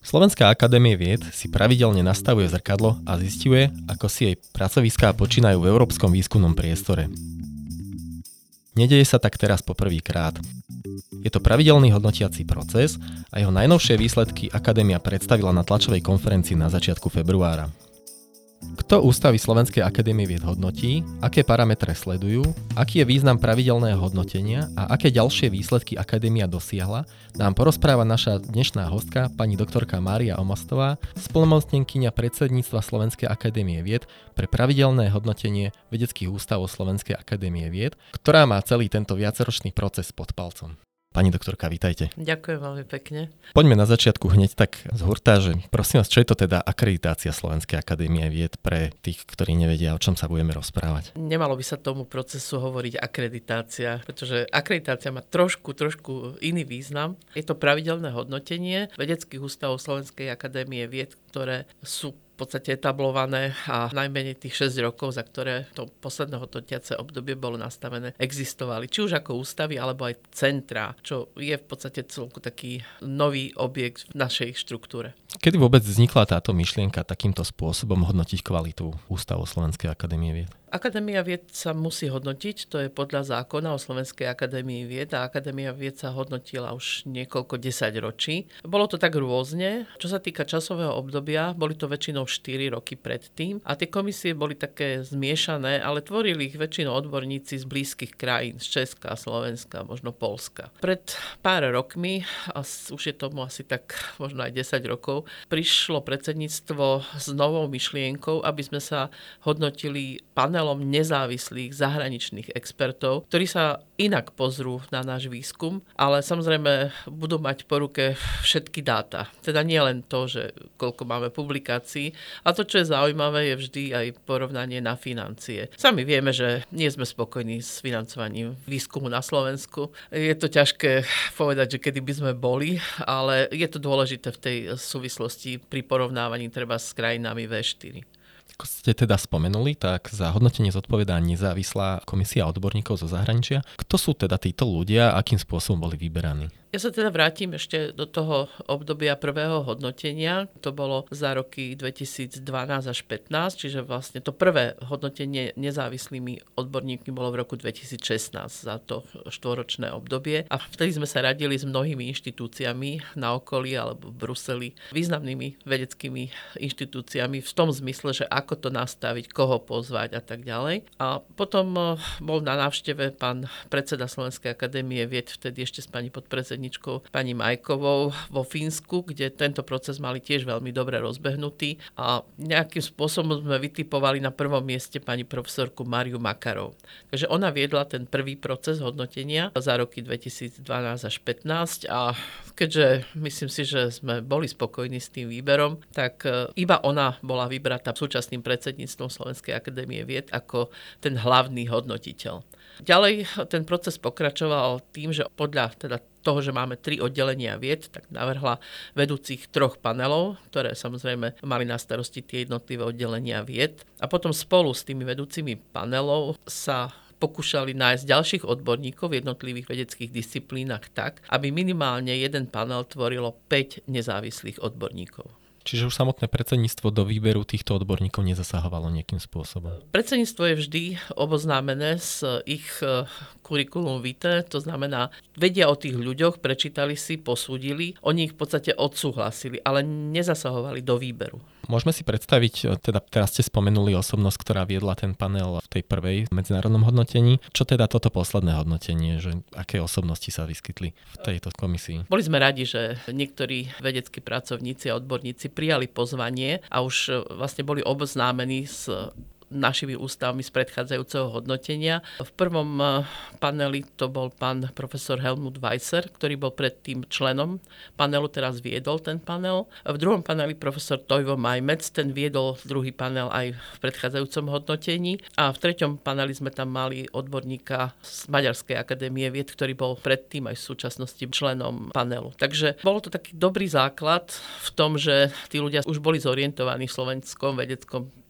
Slovenská akadémia vied si pravidelne nastavuje zrkadlo a zisťuje, ako si jej pracoviská počínajú v európskom výskumnom priestore. Nedeje sa tak teraz poprvýkrát. Je to pravidelný hodnotiaci proces a jeho najnovšie výsledky akadémia predstavila na tlačovej konferencii na začiatku februára. Kto ústavy Slovenskej akadémie vied hodnotí, aké parametre sledujú, aký je význam pravidelného hodnotenia a aké ďalšie výsledky akadémia dosiahla, nám porozpráva naša dnešná hostka, pani doktorka Mária Omastová, splnomocnenkyňa predsedníctva Slovenskej akadémie vied pre pravidelné hodnotenie vedeckých ústavov Slovenskej akadémie vied, ktorá má celý tento viacročný proces pod palcom. Pani doktorka, vítajte. Ďakujem veľmi pekne. Poďme na začiatku hneď tak z hurta, že prosím vás, čo je to teda akreditácia Slovenskej akadémie vied pre tých, ktorí nevedia, o čom sa budeme rozprávať? Nemalo by sa tomu procesu hovoriť akreditácia, pretože akreditácia má trošku iný význam. Je to pravidelné hodnotenie vedeckých ústavov Slovenskej akadémie vied, ktoré sú v podstate etablované a najmenej tých 6 rokov, za ktoré to posledné hodnotiace obdobie bolo nastavené, existovali. Či už ako ústavy, alebo aj centrá, čo je v podstate celku taký nový objekt v našej štruktúre. Kedy vôbec vznikla táto myšlienka takýmto spôsobom hodnotiť kvalitu ústavov Slovenskej akadémie vied? Akadémia vied sa musí hodnotiť, to je podľa zákona o Slovenskej akadémii vied a Akadémia vied sa hodnotila už niekoľko desaťročí. Bolo to tak rôzne. Čo sa týka časového obdobia, boli to väčšinou 4 roky predtým a tie komisie boli také zmiešané, ale tvorili ich väčšinou odborníci z blízkych krajín, z Česka, Slovenska, možno Poľska. Pred pár rokmi, a už je tomu asi tak možno aj 10 rokov, prišlo predsedníctvo s novou myšlienkou, aby sme sa hodnotili panelom nezávislých zahraničných expertov, ktorí sa inak pozrú na náš výskum, ale samozrejme budú mať po ruke všetky dáta. Teda nie len to, že koľko máme publikácií, a to, čo je zaujímavé, je vždy aj porovnanie na financie. Sami vieme, že nie sme spokojní s financovaním výskumu na Slovensku. Je to ťažké povedať, že kedy by sme boli, ale je to dôležité v tej súvislosti pri porovnávaní treba s krajinami V4. Ako ste teda spomenuli, tak za hodnotenie zodpovedá nezávislá komisia odborníkov zo zahraničia. Kto sú teda títo ľudia a akým spôsobom boli vyberaní? Ja sa teda vrátim ešte do toho obdobia prvého hodnotenia. To bolo za roky 2012 až 2015, čiže vlastne to prvé hodnotenie nezávislými odborníkmi bolo v roku 2016 za to štvoročné obdobie. A vtedy sme sa radili s mnohými inštitúciami na okolí alebo v Bruseli, významnými vedeckými inštitúciami v tom zmysle, že ako to nastaviť, koho pozvať a tak ďalej. A potom bol na návšteve pán predseda Slovenskej akadémie vied, vtedy ešte s pani podpredsedníčkou pani Majkovou vo Fínsku, kde tento proces mali tiež veľmi dobre rozbehnutý a nejakým spôsobom sme vytipovali na prvom mieste pani profesorku Máriu Makarov. Takže ona viedla ten prvý proces hodnotenia za roky 2012 až 2015 a keďže myslím si, že sme boli spokojní s tým výberom, tak iba ona bola vybratá súčasným predsedníctvom Slovenskej akadémie vied ako ten hlavný hodnotiteľ. Ďalej ten proces pokračoval tým, že podľa teda toho, že máme 3 oddelenia vied, tak navrhla vedúcich 3 panelov, ktoré samozrejme mali na starosti tie jednotlivé oddelenia vied. A potom spolu s tými vedúcimi panelov sa pokúšali nájsť ďalších odborníkov v jednotlivých vedeckých disciplínach tak, aby minimálne jeden panel tvorilo 5 nezávislých odborníkov. Čiže už samotné predsedníctvo do výberu týchto odborníkov nezasahovalo nejakým spôsobom? Predsedníctvo je vždy oboznámené s ich curriculum vitae, to znamená, vedia o tých ľuďoch, prečítali si, posúdili, oni ich v podstate odsúhlasili, ale nezasahovali do výberu. Môžeme si predstaviť, teda teraz ste spomenuli osobnosť, ktorá viedla ten panel v tej prvej medzinárodnom hodnotení. Čo teda toto posledné hodnotenie, že aké osobnosti sa vyskytli v tejto komisii? Boli sme radi, že niektorí vedeckí pracovníci a odborníci prijali pozvanie a už vlastne boli oboznámení s našimi ústavmi z predchádzajúceho hodnotenia. V prvom paneli to bol pán profesor Helmut Weisser, ktorý bol predtým členom panelu, teraz viedol ten panel. V druhom paneli profesor Toivo Majmec, ten viedol druhý panel aj v predchádzajúcom hodnotení. A v treťom paneli sme tam mali odborníka z Maďarskej akadémie vied, ktorý bol predtým aj v súčasnosti členom panelu. Takže bolo to taký dobrý základ v tom, že tí ľudia už boli zorientovaní v slovenskom vedeckom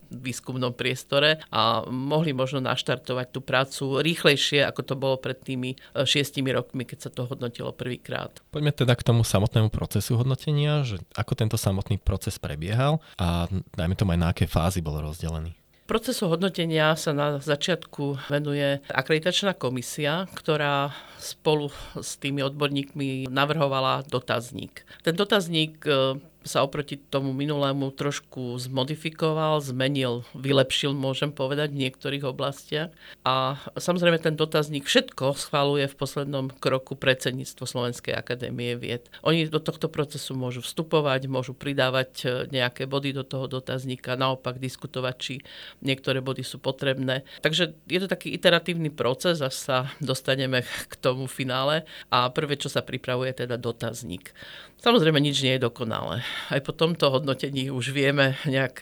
výskumnom priestore a mohli možno naštartovať tú prácu rýchlejšie, ako to bolo pred tými 6 rokmi, keď sa to hodnotilo prvýkrát. Poďme teda k tomu samotnému procesu hodnotenia, že ako tento samotný proces prebiehal a dajme tomu aj na aké fázy bol rozdelený. Procesu hodnotenia sa na začiatku venuje akreditačná komisia, ktorá spolu s tými odborníkmi navrhovala dotazník. Ten dotazník sa oproti tomu minulému trošku zmodifikoval, zmenil, vylepšil, môžem povedať, v niektorých oblastiach. A samozrejme ten dotazník všetko schvaľuje v poslednom kroku predsedníctvo Slovenskej akadémie vied. Oni do tohto procesu môžu vstupovať, môžu pridávať nejaké body do toho dotazníka, naopak diskutovať, či niektoré body sú potrebné. Takže je to taký iteratívny proces, až sa dostaneme k tomu finále. A prvé, čo sa pripravuje, je teda dotazník. Samozrejme, nič nie je dokonalé. Aj po tomto hodnotení už vieme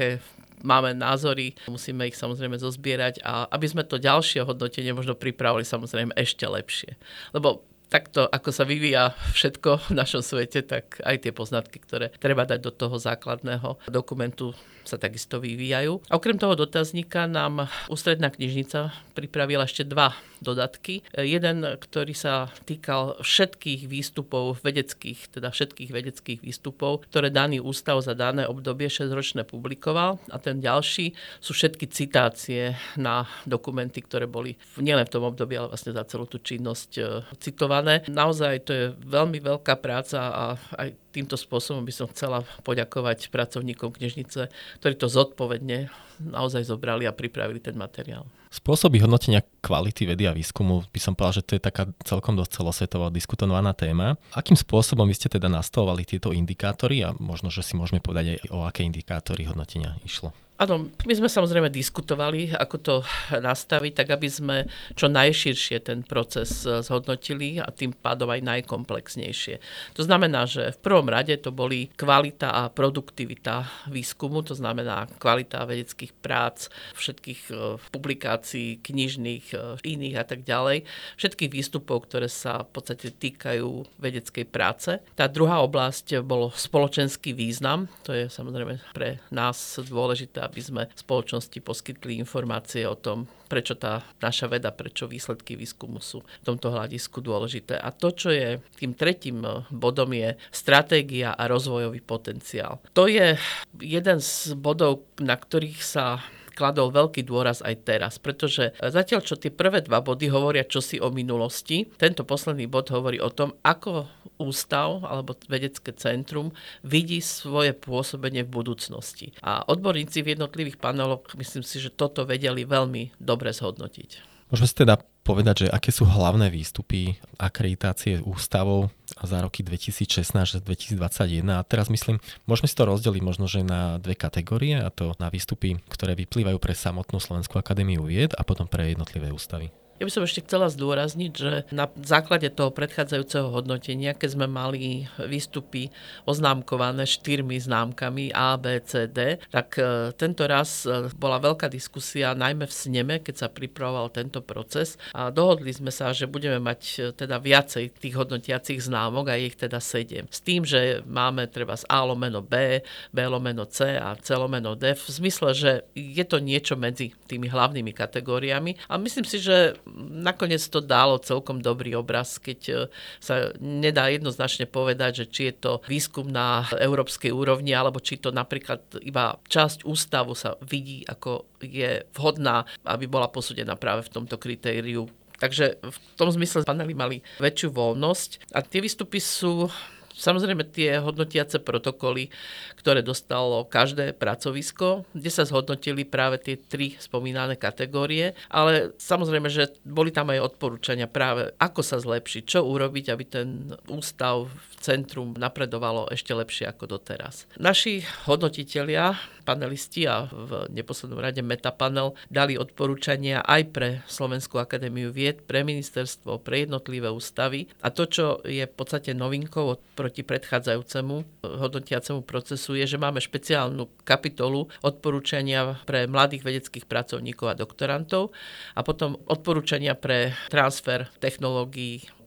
máme názory, musíme ich samozrejme zozbierať a aby sme to ďalšie hodnotenie možno pripravili samozrejme ešte lepšie. Lebo takto, ako sa vyvíja všetko v našom svete, tak aj tie poznatky, ktoré treba dať do toho základného dokumentu, sa takisto vyvíjajú. A okrem toho dotazníka nám Ústredná knižnica pripravila ešte 2 dodatky. Jeden, ktorý sa týkal všetkých výstupov všetkých vedeckých výstupov, ktoré daný ústav za dané obdobie 6-ročné publikoval. A ten ďalší sú všetky citácie na dokumenty, ktoré boli nielen v tom období, ale vlastne za celú tú činnosť citované. Naozaj to je veľmi veľká práca a aj týmto spôsobom by som chcela poďakovať pracovníkom knižnice, ktorí to zodpovedne naozaj zobrali a pripravili ten materiál. Spôsoby hodnotenia kvality vedy a výskumu by som povedal, že to je taká celkom dosť celosvetovo diskutovaná téma. Akým spôsobom vy ste teda nastavovali tieto indikátory a možno, že si môžeme povedať aj o aké indikátory hodnotenia išlo? Áno, my sme samozrejme diskutovali, ako to nastaviť, tak aby sme čo najširšie ten proces zhodnotili a tým pádom aj najkomplexnejšie. To znamená, že v prvom rade to boli kvalita a produktivita výskumu, to znamená kvalita vedeckých prác, všetkých publikácií, knižných, iných a tak ďalej, všetkých výstupov, ktoré sa v podstate týkajú vedeckej práce. Tá druhá oblasť bol spoločenský význam, to je samozrejme pre nás dôležité, aby sme spoločnosti poskytli informácie o tom, prečo tá naša veda, prečo výsledky výskumu sú v tomto hľadisku dôležité. A to, čo je tým tretím bodom, je stratégia a rozvojový potenciál. To je jeden z bodov, na ktorých sa kladol veľký dôraz aj teraz, pretože zatiaľ, čo tie prvé 2 body hovoria čosi o minulosti, tento posledný bod hovorí o tom, ako ústav alebo vedecké centrum vidí svoje pôsobenie v budúcnosti. A odborníci v jednotlivých paneloch, myslím si, že toto vedeli veľmi dobre zhodnotiť. Môžeme si teda povedať, že aké sú hlavné výstupy akreditácie ústavov za roky 2016-2021. A teraz myslím, môžeme si to rozdeliť možno, že na 2 kategórie, a to na výstupy, ktoré vyplývajú pre samotnú Slovenskú akadémiu vied a potom pre jednotlivé ústavy. Ja by som ešte chcela zdôrazniť, že na základe toho predchádzajúceho hodnotenia, keď sme mali výstupy oznámkované 4 známkami A, B, C, D, tak tento raz bola veľká diskusia, najmä v sneme, keď sa pripravoval tento proces a dohodli sme sa, že budeme mať teda viacej tých hodnotiacich známok a ich teda 7. S tým, že máme treba z A lomeno B, B lomeno C a C lomeno D, v zmysle, že je to niečo medzi tými hlavnými kategóriami a myslím si, že nakoniec to dalo celkom dobrý obraz, keď sa nedá jednoznačne povedať, že či je to výskum na európskej úrovni, alebo či to napríklad iba časť ústavu sa vidí, ako je vhodná, aby bola posúdená práve v tomto kritériu. Takže v tom zmysle panely mali väčšiu voľnosť a tie výstupy sú samozrejme tie hodnotiace protokoly, ktoré dostalo každé pracovisko, kde sa zhodnotili práve tie 3 spomínané kategórie, ale samozrejme, že boli tam aj odporúčania práve, ako sa zlepšiť, čo urobiť, aby ten ústav v centrum napredovalo ešte lepšie ako doteraz. Naši hodnotitelia, panelisti a v neposlednom rade Metapanel dali odporúčania aj pre Slovenskú akadémiu vied, pre ministerstvo, pre jednotlivé ústavy a to, čo je v podstate novinkou proti predchádzajúcemu hodnotiacemu procesu, je, že máme špeciálnu kapitolu odporúčania pre mladých vedeckých pracovníkov a doktorantov a potom odporúčania pre transfer technológií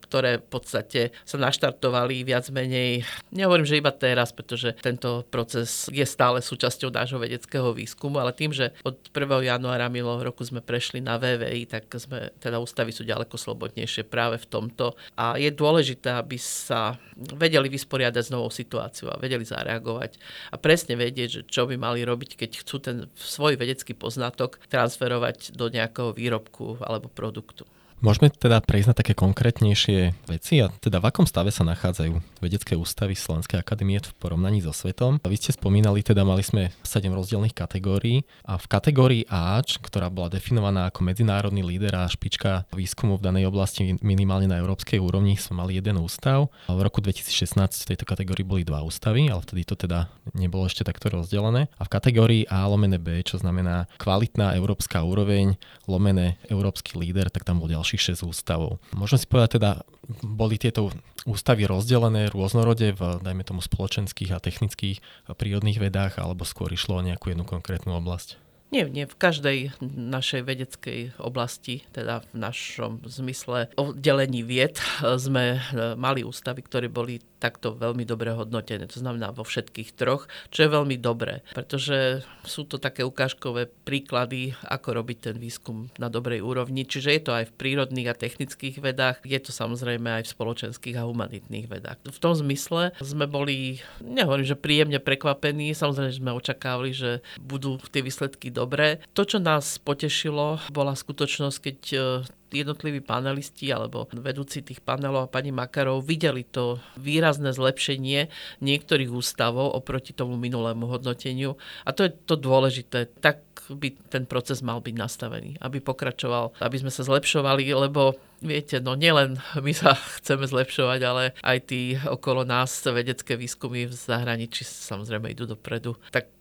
ktoré v podstate sa naštartovali viac menej, nehovorím, že iba teraz, pretože tento proces je stále súčasťou nášho vedeckého výskumu, ale tým, že od 1. januára minulého roku sme prešli na VVI, tak teda ústavy sú ďaleko slobodnejšie práve v tomto. A je dôležité, aby sa vedeli vysporiadať s novou situáciou a vedeli zareagovať a presne vedieť, že čo by mali robiť, keď chcú ten svoj vedecký poznatok transferovať do nejakého výrobku alebo produktu. Môžeme teda prejsť na také konkrétnejšie veci a teda v akom stave sa nachádzajú vedecké ústavy Slovenskej akadémie v porovnaní so svetom. Vy ste spomínali, teda mali sme 7 rozdielnych kategórií a v kategórii Ač, ktorá bola definovaná ako medzinárodný líder a špička výskumu v danej oblasti minimálne na európskej úrovni, sme mali jeden ústav. V roku 2016 v tejto kategórii boli 2 ústavy, ale vtedy to teda nebolo ešte takto rozdelené. A v kategórii A/B, čo znamená kvalitná európska úroveň, lomené európsky líder, tak tam bol ďalší 6 ústavov. Možno si povedať teda, boli tieto ústavy rozdelené rôznorode v, dajme tomu, spoločenských a technických a prírodných vedách, alebo skôr išlo o nejakú jednu konkrétnu oblasť? Nie, v každej našej vedeckej oblasti, teda v našom zmysle oddelení vied, sme mali ústavy, ktoré boli takto veľmi dobre hodnotené. To znamená vo všetkých troch, čo je veľmi dobré, pretože sú to také ukážkové príklady, ako robiť ten výskum na dobrej úrovni. Čiže je to aj v prírodných a technických vedách, je to samozrejme aj v spoločenských a humanitných vedách. V tom zmysle sme boli, nehovorím, že príjemne prekvapení, samozrejme sme očakávali, že budú tie výsledky dobré. To, čo nás potešilo, bola skutočnosť, keď jednotliví panelisti alebo vedúci tých panelov a pani Makarov videli to výrazné zlepšenie niektorých ústavov oproti tomu minulému hodnoteniu. A to je to dôležité. Tak by ten proces mal byť nastavený, aby pokračoval, aby sme sa zlepšovali, lebo viete, no nielen my sa chceme zlepšovať, ale aj tí okolo nás vedecké výskumy v zahraničí samozrejme idú dopredu. Tak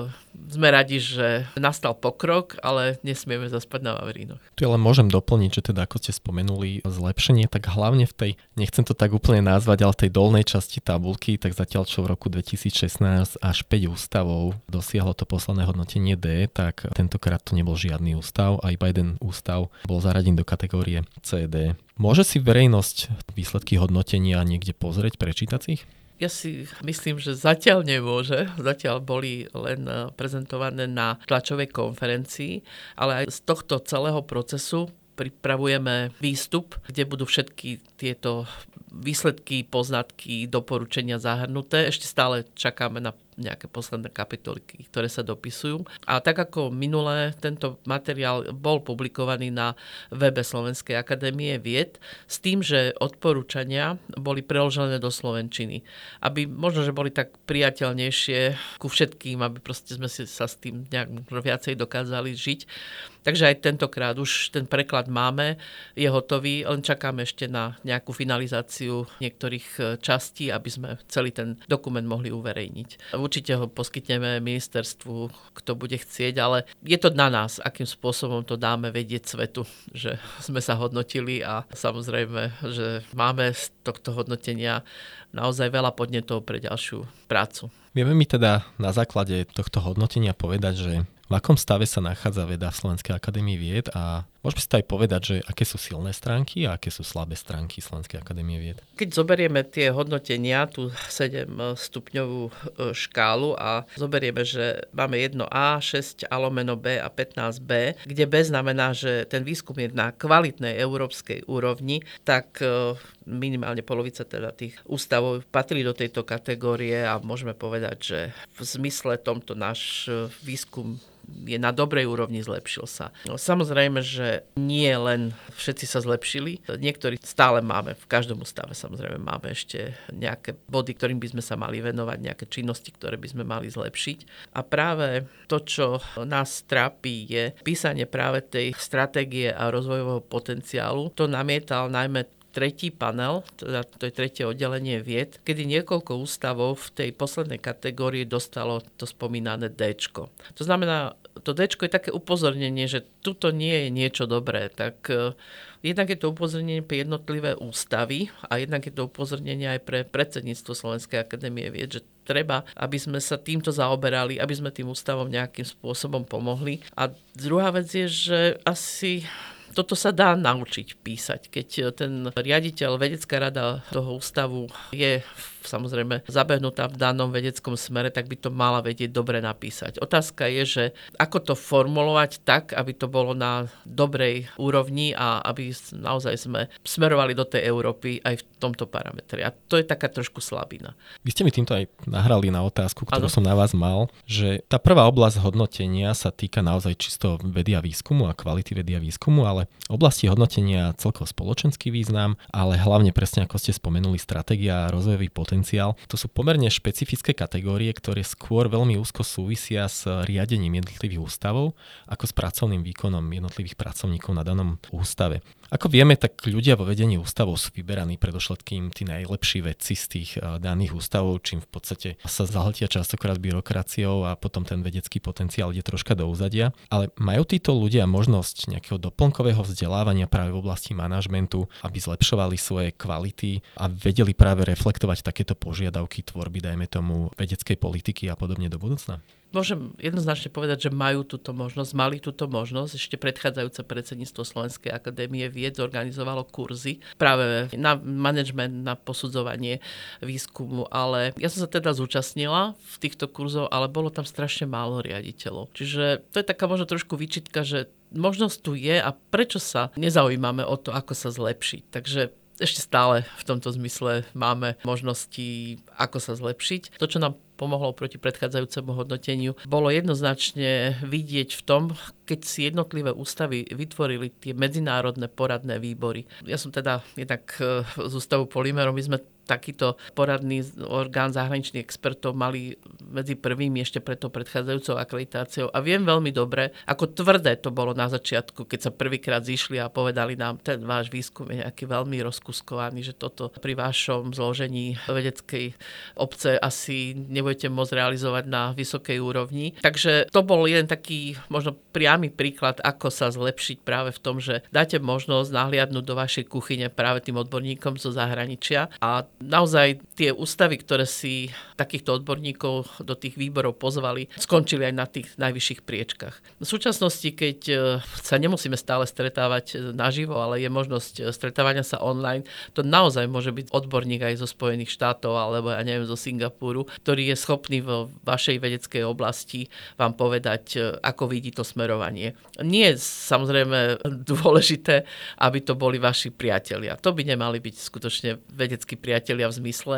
sme radi, že nastal pokrok, ale nesmieme zaspať na vavrínoch. Tu ale môžem doplniť, že teda ako ste spomenuli zlepšenie, tak hlavne v tej, nechcem to tak úplne nazvať, ale v tej dolnej časti tabuľky, tak zatiaľ čo v roku 2016 až 5 ústavov dosiahlo to posledné hodnotenie D, tak tentokrát to nebol žiadny ústav a iba jeden ústav bol zaradený do kategórie CD. Môže si verejnosť výsledky hodnotenia niekde pozrieť, prečítať si ich? Ja si myslím, že zatiaľ nemôže. Zatiaľ boli len prezentované na tlačovej konferencii, ale aj z tohto celého procesu pripravujeme výstup, kde budú všetky tieto výsledky, poznatky, doporučenia zahrnuté. Ešte stále čakáme na nejaké posledné kapitolky, ktoré sa dopisujú. A tak ako minulé, tento materiál bol publikovaný na webe Slovenskej akadémie vied s tým, že odporúčania boli preložené do slovenčiny. Aby možno, že boli tak priateľnejšie ku všetkým, aby proste sme sa s tým nejak viacej dokázali žiť. Takže aj tentokrát už ten preklad máme, je hotový, len čakáme ešte na nejakú finalizáciu niektorých častí, aby sme celý ten dokument mohli uverejniť. Určite ho poskytneme ministerstvu, kto bude chcieť, ale je to na nás, akým spôsobom to dáme vedieť svetu, že sme sa hodnotili a samozrejme, že máme z tohto hodnotenia naozaj veľa podnetov pre ďalšiu prácu. Vieme mi teda na základe tohto hodnotenia povedať, že v akom stave sa nachádza veda v Slovenskej akadémii vied a môžeme si to aj povedať, že aké sú silné stránky a aké sú slabé stránky Slovenskej akadémie vied? Keď zoberieme tie hodnotenia, tú 7-stupňovú škálu a zoberieme, že máme 1A, 6A/B a 15B, kde B znamená, že ten výskum je na kvalitnej európskej úrovni, tak minimálne polovica teda tých ústavov patrí do tejto kategórie a môžeme povedať, že v zmysle tomto náš výskum je na dobrej úrovni, zlepšil sa. No, samozrejme, že nie len všetci sa zlepšili, niektorí stále máme, v každom ústave samozrejme máme ešte nejaké body, ktorým by sme sa mali venovať, nejaké činnosti, ktoré by sme mali zlepšiť. A práve to, čo nás trápi, je písanie práve tej stratégie a rozvojového potenciálu. To namietal najmä tretí panel, teda to je tretie oddelenie vied, kedy niekoľko ústavov v tej poslednej kategórii dostalo to spomínané Dčko. To znamená, to Dčko je také upozornenie, že tuto nie je niečo dobré, tak jednak je to upozornenie pre jednotlivé ústavy a jednak je to upozornenie aj pre predsedníctvo Slovenskej akadémie vied, že treba, aby sme sa týmto zaoberali, aby sme tým ústavom nejakým spôsobom pomohli. A druhá vec je, že asi toto sa dá naučiť písať. Keď ten riaditeľ, vedecká rada toho ústavu je samozrejme zabehnutá v danom vedeckom smere, tak by to mala vedieť dobre napísať. Otázka je, že ako to formulovať tak, aby to bolo na dobrej úrovni a aby naozaj sme smerovali do tej Európy aj v tomto parametri. A to je taká trošku slabina. Vy ste mi týmto aj nahrali na otázku, ktorú som na vás mal, že tá prvá oblasť hodnotenia sa týka naozaj čisto vedy a výskumu a kvality vedy a výskumu, ale oblasti hodnotenia celkovo spoločenský význam, ale hlavne presne ako ste spomenuli stratégia a rozvojový potenciál. To sú pomerne špecifické kategórie, ktoré skôr veľmi úzko súvisia s riadením jednotlivých ústavov ako s pracovným výkonom jednotlivých pracovníkov na danom ústave. Ako vieme, tak ľudia vo vedení ústavov sú vyberaní predovšetkým tí najlepší vedci z tých daných ústavov, čím v podstate sa zahltia častokrát byrokraciou a potom ten vedecký potenciál ide troška do úzadia. Ale majú títo ľudia možnosť nejakého doplnkového vzdelávania práve v oblasti manažmentu, aby zlepšovali svoje kvality a vedeli práve reflektovať takéto požiadavky tvorby, dajme tomu, vedeckej politiky a podobne do budúcna? Môžem jednoznačne povedať, že majú túto možnosť, mali túto možnosť. Ešte predchádzajúce predsedníctvo Slovenskej akadémie vied zorganizovalo kurzy práve na management, na posudzovanie výskumu, ale ja som sa teda zúčastnila v týchto kurzoch, ale bolo tam strašne málo riaditeľov. Čiže to je taká možno trošku výčitka, že možnosť tu je a prečo sa nezaujímame o to, ako sa zlepšiť. Takže ešte stále v tomto zmysle máme možnosti, ako sa zlepšiť. To, čo nám pomohlo proti predchádzajúcemu hodnoteniu, bolo jednoznačne vidieť v tom, keď si jednotlivé ústavy vytvorili tie medzinárodné poradné výbory. Ja som teda jednak z ústavu Polymerov, my sme takýto poradný orgán zahraničných expertov mali medzi prvými ešte pred tou predchádzajúcou akreditáciou a viem veľmi dobre, ako tvrdé to bolo na začiatku, keď sa prvýkrát zišli a povedali nám, ten váš výskum je nejaký veľmi rozkuskovaný, že toto pri vašom zložení vedeckej obce asi nebudete môcť realizovať na vysokej úrovni. Takže to bol jeden taký možno priamy príklad, ako sa zlepšiť práve v tom, že dáte možnosť nahliadnúť do vašej kuchyne práve tým odborníkom zo zahraničia a naozaj tie ústavy, ktoré si takýchto odborníkov do tých výborov pozvali, skončili aj na tých najvyšších priečkach. V súčasnosti, keď sa nemusíme stále stretávať naživo, ale je možnosť stretávania sa online, to naozaj môže byť odborník aj zo Spojených štátov alebo ja neviem, zo Singapuru, ktorý je schopný vo vašej vedeckej oblasti vám povedať, ako vidí to smerovanie. Nie je samozrejme dôležité, aby to boli vaši priatelia. To by nemali byť skutočne vedeckí priatelia v zmysle,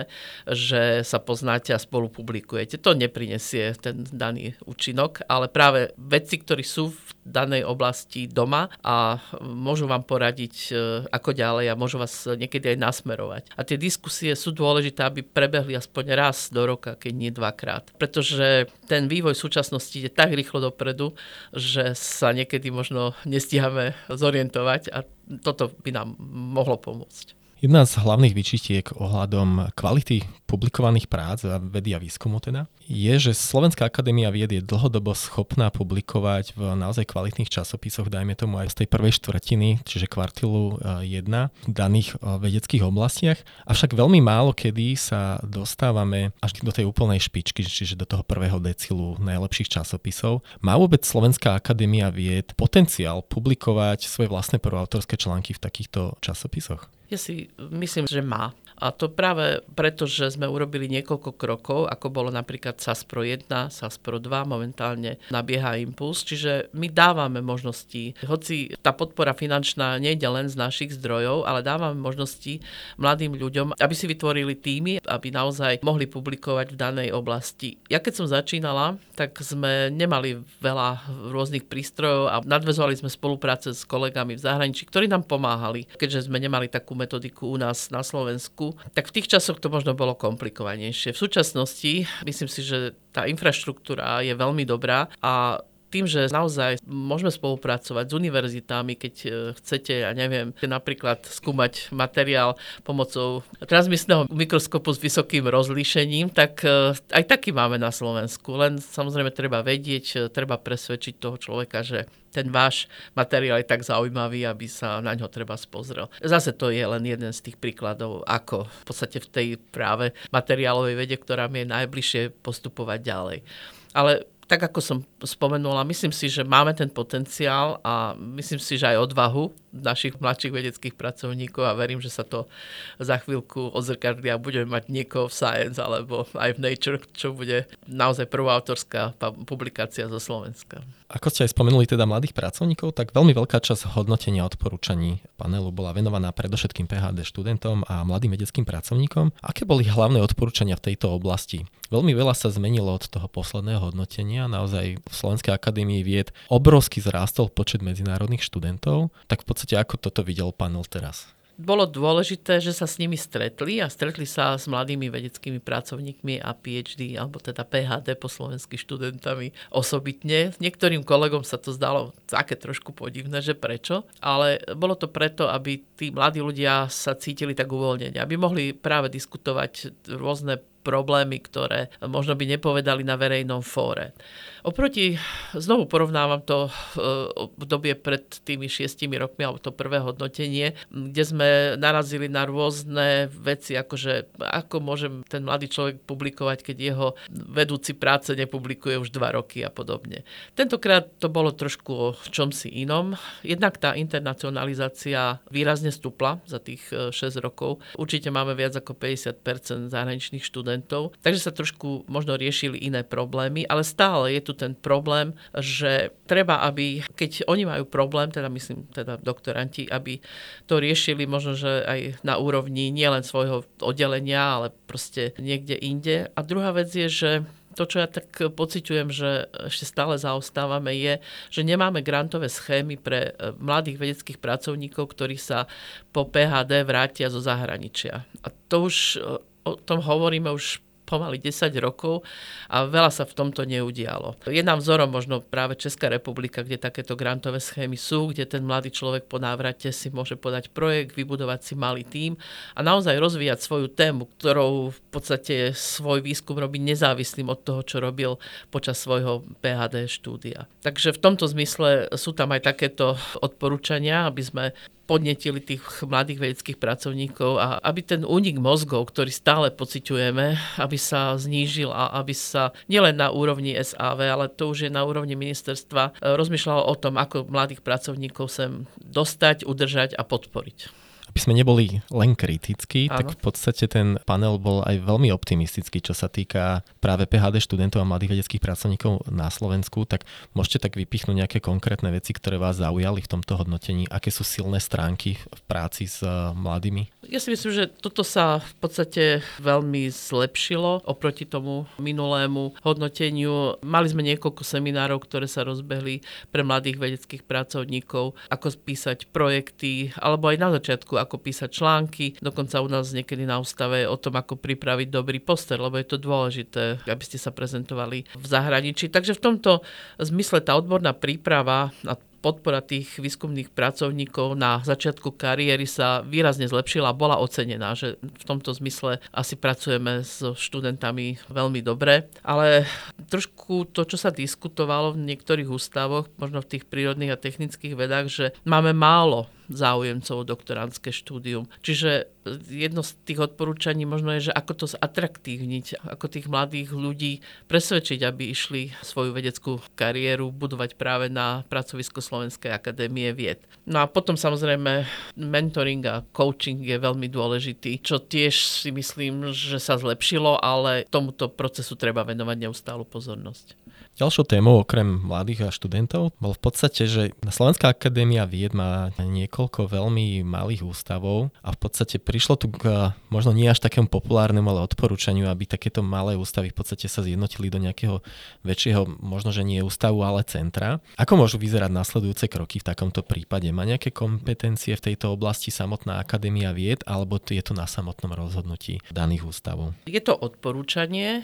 že sa poznáte a spolu publikujete. To neprinesie ten daný účinok, ale práve vedci, ktorí sú v danej oblasti doma a môžu vám poradiť, ako ďalej a môžu vás niekedy aj nasmerovať. A tie diskusie sú dôležité, aby prebehli aspoň raz do roka, keď nie dvakrát. Pretože ten vývoj v súčasnosti ide tak rýchlo dopredu, že sa niekedy možno nestíhame zorientovať a toto by nám mohlo pomôcť. Jedna z hlavných vyčitiek ohľadom kvality publikovaných prác a vedy a výskumu teda je, že Slovenská akadémia vied je dlhodobo schopná publikovať v naozaj kvalitných časopisoch, dajme tomu aj z tej prvej štvrtiny, čiže kvartilu 1 v daných vedeckých oblastiach. Avšak veľmi málo kedy sa dostávame až do tej úplnej špičky, čiže do toho prvého decilu najlepších časopisov. Má vôbec Slovenská akadémia vied potenciál publikovať svoje vlastné prvoautorské články v takýchto časopisoch? Ja si myslím, že má. A to práve preto, že sme urobili niekoľko krokov, ako bolo napríklad SASPRO 1, SASPRO 2, momentálne nabieha Impuls, čiže my dávame možnosti, hoci tá podpora finančná nejde len z našich zdrojov, ale dávame možnosti mladým ľuďom, aby si vytvorili týmy, aby naozaj mohli publikovať v danej oblasti. Ja keď som začínala, tak sme nemali veľa rôznych prístrojov a nadväzovali sme spolupráce s kolegami v zahraničí, ktorí nám pomáhali, keďže sme nemali takú metodiku u nás na Slovensku, tak v tých časoch to možno bolo komplikovanejšie. V súčasnosti myslím si, že tá infraštruktúra je veľmi dobrá a tým, že naozaj môžeme spolupracovať s univerzitami, keď chcete, ja neviem, napríklad skúmať materiál pomocou transmisného mikroskopu s vysokým rozlíšením, tak aj taký máme na Slovensku. Len samozrejme treba vedieť, treba presvedčiť toho človeka, že ten váš materiál je tak zaujímavý, aby sa na ňo treba pozrel. Zase to je len jeden z tých príkladov, ako v podstate v tej práve materiálovej vede, ktorá mi je najbližšie, postupovať ďalej. Ale tak ako som spomenula, myslím si, že máme ten potenciál a myslím si, že aj odvahu našich mladších vedeckých pracovníkov a verím, že sa to za chvíľku odzrkadlí a budeme mať niekoho v Science alebo aj v Nature, čo bude naozaj prvá autorská publikácia zo Slovenska. Ako ste aj spomenuli teda mladých pracovníkov, tak veľmi veľká časť hodnotenia odporúčaní panelu bola venovaná predovšetkým PhD študentom a mladým vedeckým pracovníkom. Aké boli hlavné odporúčania v tejto oblasti? Veľmi veľa sa zmenilo od toho posledného hodnotenia. Naozaj v Slovenskej akadémii vied obrovsky zrástol počet medzinárodných študentov. Tak v podstate ako toto videl panel teraz? Bolo dôležité, že sa s nimi stretli sa s mladými vedeckými pracovníkmi a PhD, alebo teda PhD po slovensky študentami osobitne. Niektorým kolegom sa to zdalo také trošku podivné, že prečo, ale bolo to preto, aby tí mladí ľudia sa cítili tak uvoľnene, aby mohli práve diskutovať rôzne problémy, ktoré možno by nepovedali na verejnom fóre. Oproti, znovu porovnávam to obdobie pred tými 6 rokmi, alebo to prvé hodnotenie, kde sme narazili na rôzne veci, akože ako môže ten mladý človek publikovať, keď jeho vedúci práce nepublikuje už 2 roky a podobne. Tentokrát to bolo trošku o čomsi inom. Jednak tá internacionalizácia výrazne stúpla za tých 6 rokov. Určite máme viac ako 50% zahraničných študentov, takže sa trošku možno riešili iné problémy, ale stále je tu ten problém, že treba, aby, keď oni majú problém, teda myslím, teda doktoranti, aby to riešili možno, že aj na úrovni nielen svojho oddelenia, ale proste niekde inde. A druhá vec je, že to, čo ja tak pociťujem, že ešte stále zaostávame, je, že nemáme grantové schémy pre mladých vedeckých pracovníkov, ktorí sa po PhD vrátia zo zahraničia. A to už, o tom hovoríme už pomaly 10 rokov a veľa sa v tomto neudialo. Je nám vzorom možno práve Česká republika, kde takéto grantové schémy sú, kde ten mladý človek po návrate si môže podať projekt, vybudovať si malý tím a naozaj rozvíjať svoju tému, ktorou v podstate svoj výskum robí nezávislým od toho, čo robil počas svojho PhD štúdia. Takže v tomto zmysle sú tam aj takéto odporúčania, aby sme podnetili tých mladých vedeckých pracovníkov a aby ten únik mozgov, ktorý stále pociťujeme, aby sa znížil a aby sa nielen na úrovni SAV, ale to už je na úrovni ministerstva, rozmýšľalo o tom, ako mladých pracovníkov sem dostať, udržať a podporiť. Aby sme neboli len kritickí, tak v podstate ten panel bol aj veľmi optimistický, čo sa týka práve PhD študentov a mladých vedeckých pracovníkov na Slovensku, tak môžete tak vypichnúť nejaké konkrétne veci, ktoré vás zaujali v tomto hodnotení, aké sú silné stránky v práci s mladými? Ja si myslím, že toto sa v podstate veľmi zlepšilo oproti tomu minulému hodnoteniu. Mali sme niekoľko seminárov, ktoré sa rozbehli pre mladých vedeckých pracovníkov, ako písať projekty, alebo aj na začiatku ako písať články, dokonca u nás niekedy na ústave o tom, ako pripraviť dobrý poster, lebo je to dôležité, aby ste sa prezentovali v zahraničí. Takže v tomto zmysle tá odborná príprava a podpora tých výskumných pracovníkov na začiatku kariéry sa výrazne zlepšila a bola ocenená, že v tomto zmysle asi pracujeme so študentami veľmi dobre. Ale trošku to, čo sa diskutovalo v niektorých ústavoch, možno v tých prírodných a technických vedách, že máme málo záujemcov o doktorandské štúdium. Čiže jedno z tých odporúčaní možno je, že ako to zatraktívniť, ako tých mladých ľudí presvedčiť, aby išli svoju vedeckú kariéru budovať práve na pracovisko Slovenskej akadémie vied. No a potom samozrejme mentoring a coaching je veľmi dôležitý, čo tiež si myslím, že sa zlepšilo, ale tomuto procesu treba venovať neustálu pozornosť. Ďalšou témou okrem mladých a študentov bol v podstate, že Slovenská akadémia vied má niekoľko veľmi malých ústavov a v podstate prišlo tu k možno nie až takému populárnemu, ale odporúčaniu, aby takéto malé ústavy v podstate sa zjednotili do nejakého väčšieho, možno že nie ústavu, ale centra. Ako môžu vyzerať nasledujúce kroky v takomto prípade? Má nejaké kompetencie v tejto oblasti samotná akadémia vied, alebo je to na samotnom rozhodnutí daných ústavov? Je to odporúčanie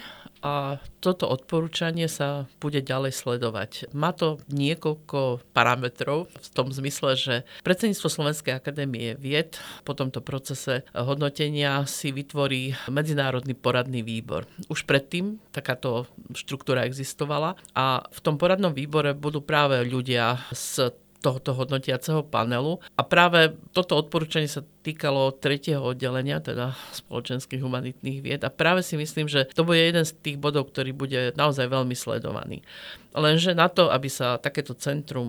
a toto odporúčanie sa bude ďalej sledovať. Má to niekoľko parametrov v tom zmysle, že predsedníctvo Slovenskej akadémie vied po tomto procese hodnotenia si vytvorí medzinárodný poradný výbor. Už predtým takáto štruktúra existovala a v tom poradnom výbore budú práve ľudia z tohoto hodnotiaceho panelu. A práve toto odporúčanie sa týkalo 3. oddelenia, teda spoločenských humanitných vied. A práve si myslím, že to bude jeden z tých bodov, ktorý bude naozaj veľmi sledovaný. Lenže na to, aby sa takéto centrum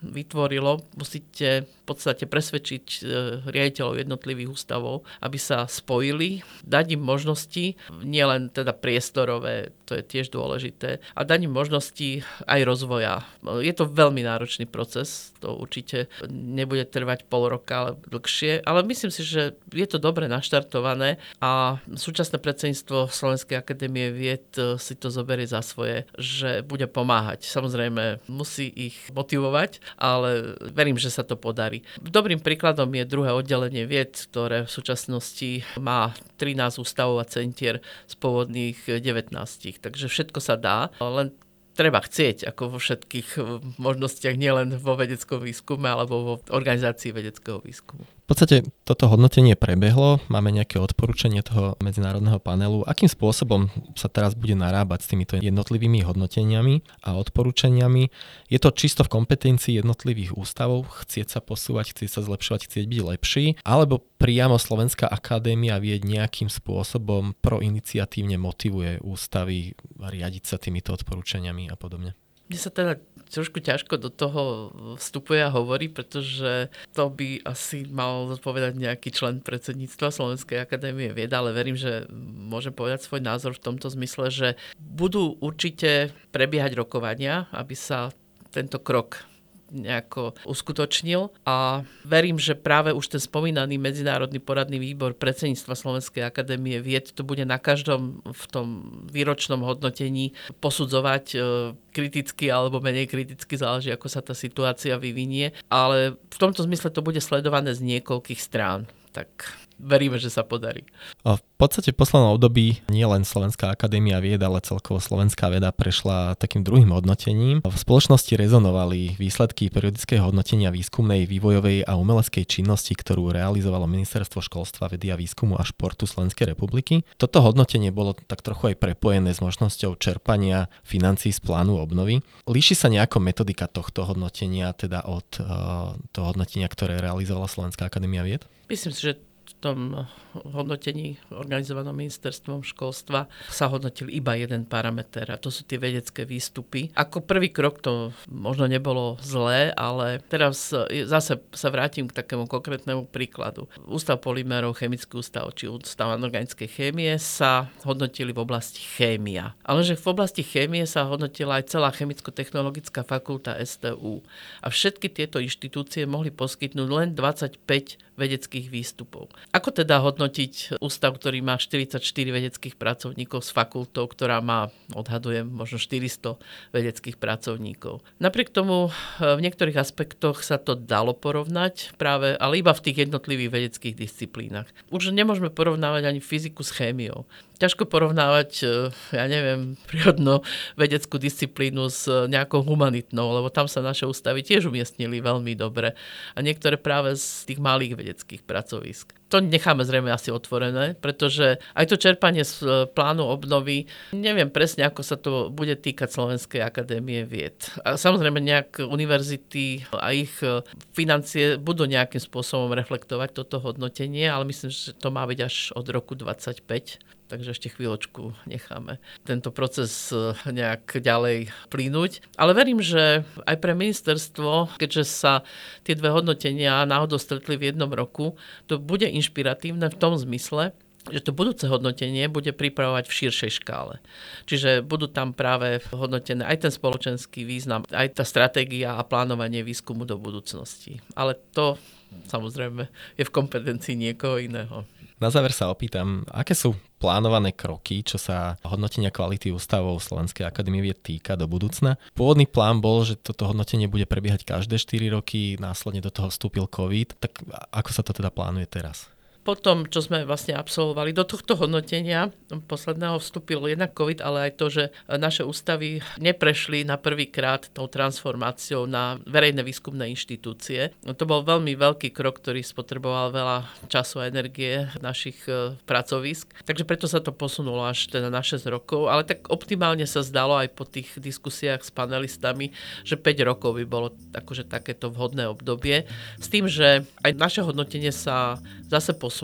vytvorilo, musíte v podstate presvedčiť riaditeľov jednotlivých ústavov, aby sa spojili, dať im možnosti, nielen teda priestorové, to je tiež dôležité, a dať im možnosti aj rozvoja. Je to veľmi náročný proces, to určite nebude trvať pol roka, ale dlhšie, ale myslím si, že je to dobre naštartované a súčasné predsedníctvo Slovenskej akadémie vied si to zoberie za svoje, že bude pomáhať. Samozrejme, musí ich motivovať, ale verím, že sa to podarí. Dobrým príkladom je druhé oddelenie vied, ktoré v súčasnosti má 13 ústavov a centier z pôvodných 19. Takže všetko sa dá, len treba chcieť, ako vo všetkých možnostiach, nielen vo vedeckom výskume alebo vo organizácii vedeckého výskumu. V podstate toto hodnotenie prebehlo, máme nejaké odporúčanie toho medzinárodného panelu. Akým spôsobom sa teraz bude narábať s týmito jednotlivými hodnoteniami a odporúčaniami? Je to čisto v kompetencii jednotlivých ústavov, chcieť sa posúvať, chcieť sa zlepšovať, chcieť byť lepší, alebo priamo Slovenská akadémia vied nejakým spôsobom proiniciatívne motivuje ústavy riadiť sa týmito odporúčaniami a podobne? Mne sa teda trošku ťažko do toho vstupuje a hovorí, pretože to by asi mal povedať nejaký člen predsedníctva Slovenskej akadémie vied, ale verím, že môžem povedať svoj názor v tomto zmysle, že budú určite prebiehať rokovania, aby sa tento krok nejako uskutočnil a verím, že práve už ten spomínaný Medzinárodný poradný výbor predsedníctva Slovenskej akadémie vied to bude na každom v tom výročnom hodnotení posudzovať kriticky alebo menej kriticky, záleží, ako sa tá situácia vyvinie, ale v tomto zmysle to bude sledované z niekoľkých strán. Tak veríme, že sa podarí. V podstate v poslednom období nie len Slovenská akadémia vied, ale celkovo slovenská veda prešla takým druhým hodnotením. V spoločnosti rezonovali výsledky periodického hodnotenia výskumnej, vývojovej a umeleckej činnosti, ktorú realizovalo Ministerstvo školstva, vedy a výskumu a športu Slovenskej republiky. Toto hodnotenie bolo tak trochu aj prepojené s možnosťou čerpania financií z plánu obnovy. Líši sa nejako metodika tohto hodnotenia teda od toho hodnotenia, ktoré realizovala Slovenská akadémia vied? Myslím si, že v tom hodnotení organizovanom ministerstvom školstva sa hodnotil iba jeden parameter a to sú tie vedecké výstupy. Ako prvý krok to možno nebolo zlé, ale teraz zase sa vrátim k takému konkrétnemu príkladu. Ústav polymérov, chemický ústav či ústav anorganickej chémie sa hodnotili v oblasti chémia. Ale že v oblasti chémie sa hodnotila aj celá chemicko-technologická fakulta STU. A všetky tieto inštitúcie mohli poskytnúť len 25 vedeckých výstupov. Ako teda hodnotiť ústav, ktorý má 44 vedeckých pracovníkov s fakultou, ktorá má, odhadujem, možno 400 vedeckých pracovníkov. Napriek tomu v niektorých aspektoch sa to dalo porovnať práve, ale iba v tých jednotlivých vedeckých disciplínach. Už nemôžeme porovnávať ani fyziku s chémiou. Ťažko porovnávať, ja neviem, prírodno-vedeckú disciplínu s nejakou humanitnou, lebo tam sa naše ústavy tiež umiestnili veľmi dobre. A niektoré práve z tých malých vedeckých pracovísk. To necháme zrejme asi otvorené, pretože aj to čerpanie z plánu obnovy, neviem presne, ako sa to bude týkať Slovenskej akadémie vied. A samozrejme nejak univerzity a ich financie budú nejakým spôsobom reflektovať toto hodnotenie, ale myslím, že to má byť až od roku 2025. Takže ešte chvíľočku necháme tento proces nejak ďalej plynúť. Ale verím, že aj pre ministerstvo, keďže sa tie dve hodnotenia náhodou stretli v jednom roku, to bude inšpiratívne v tom zmysle, že to budúce hodnotenie bude pripravovať v širšej škále. Čiže budú tam práve hodnotené aj ten spoločenský význam, aj tá stratégia a plánovanie výskumu do budúcnosti. Ale to samozrejme je v kompetencii niekoho iného. Na záver sa opýtam, aké sú plánované kroky, čo sa hodnotenia kvality ústavov Slovenskej akadémie vied týka do budúcna. Pôvodný plán bol, že toto hodnotenie bude prebiehať každé 4 roky, následne do toho vstúpil COVID. Tak ako sa to teda plánuje teraz? Po tom, čo sme vlastne absolvovali, do tohto hodnotenia posledného vstúpil jednak COVID, ale aj to, že naše ústavy neprešli na prvýkrát tou transformáciou na verejné výskumné inštitúcie. To bol veľmi veľký krok, ktorý spotreboval veľa času a energie našich pracovísk. Takže preto sa to posunulo až teda na 6 rokov, ale tak optimálne sa zdalo aj po tých diskusiách s panelistami, že 5 rokov by bolo akože takéto vhodné obdobie. S tým, že aj naše hodnotenie sa zase posunie.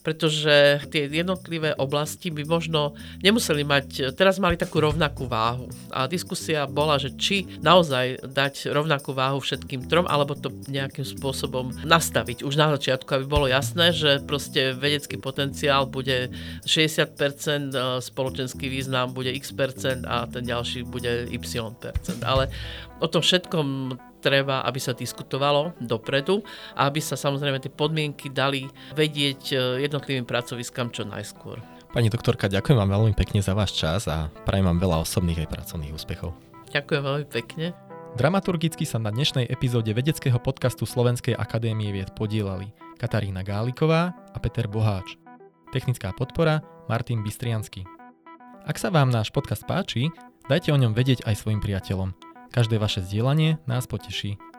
pretože tie jednotlivé oblasti by možno nemuseli mať, teraz mali takú rovnakú váhu. A diskusia bola, že či naozaj dať rovnakú váhu všetkým trom, alebo to nejakým spôsobom nastaviť už na začiatku, aby bolo jasné, že proste vedecký potenciál bude 60%, spoločenský význam bude x% a ten ďalší bude y%. Ale o tom všetkom treba, aby sa diskutovalo dopredu a aby sa samozrejme tie podmienky dali vedieť jednotlivým pracoviskám čo najskôr. Pani doktorka, ďakujem vám veľmi pekne za váš čas a prajem vám veľa osobných aj pracovných úspechov. Ďakujem veľmi pekne. Dramaturgicky sa na dnešnej epizóde vedeckého podcastu Slovenskej akadémie vied podieľali Katarína Gáliková a Peter Boháč. Technická podpora Martin Bystriansky. Ak sa vám náš podcast páči, dajte o ňom vedieť aj svojim priateľom. Každé vaše zdieľanie nás poteší.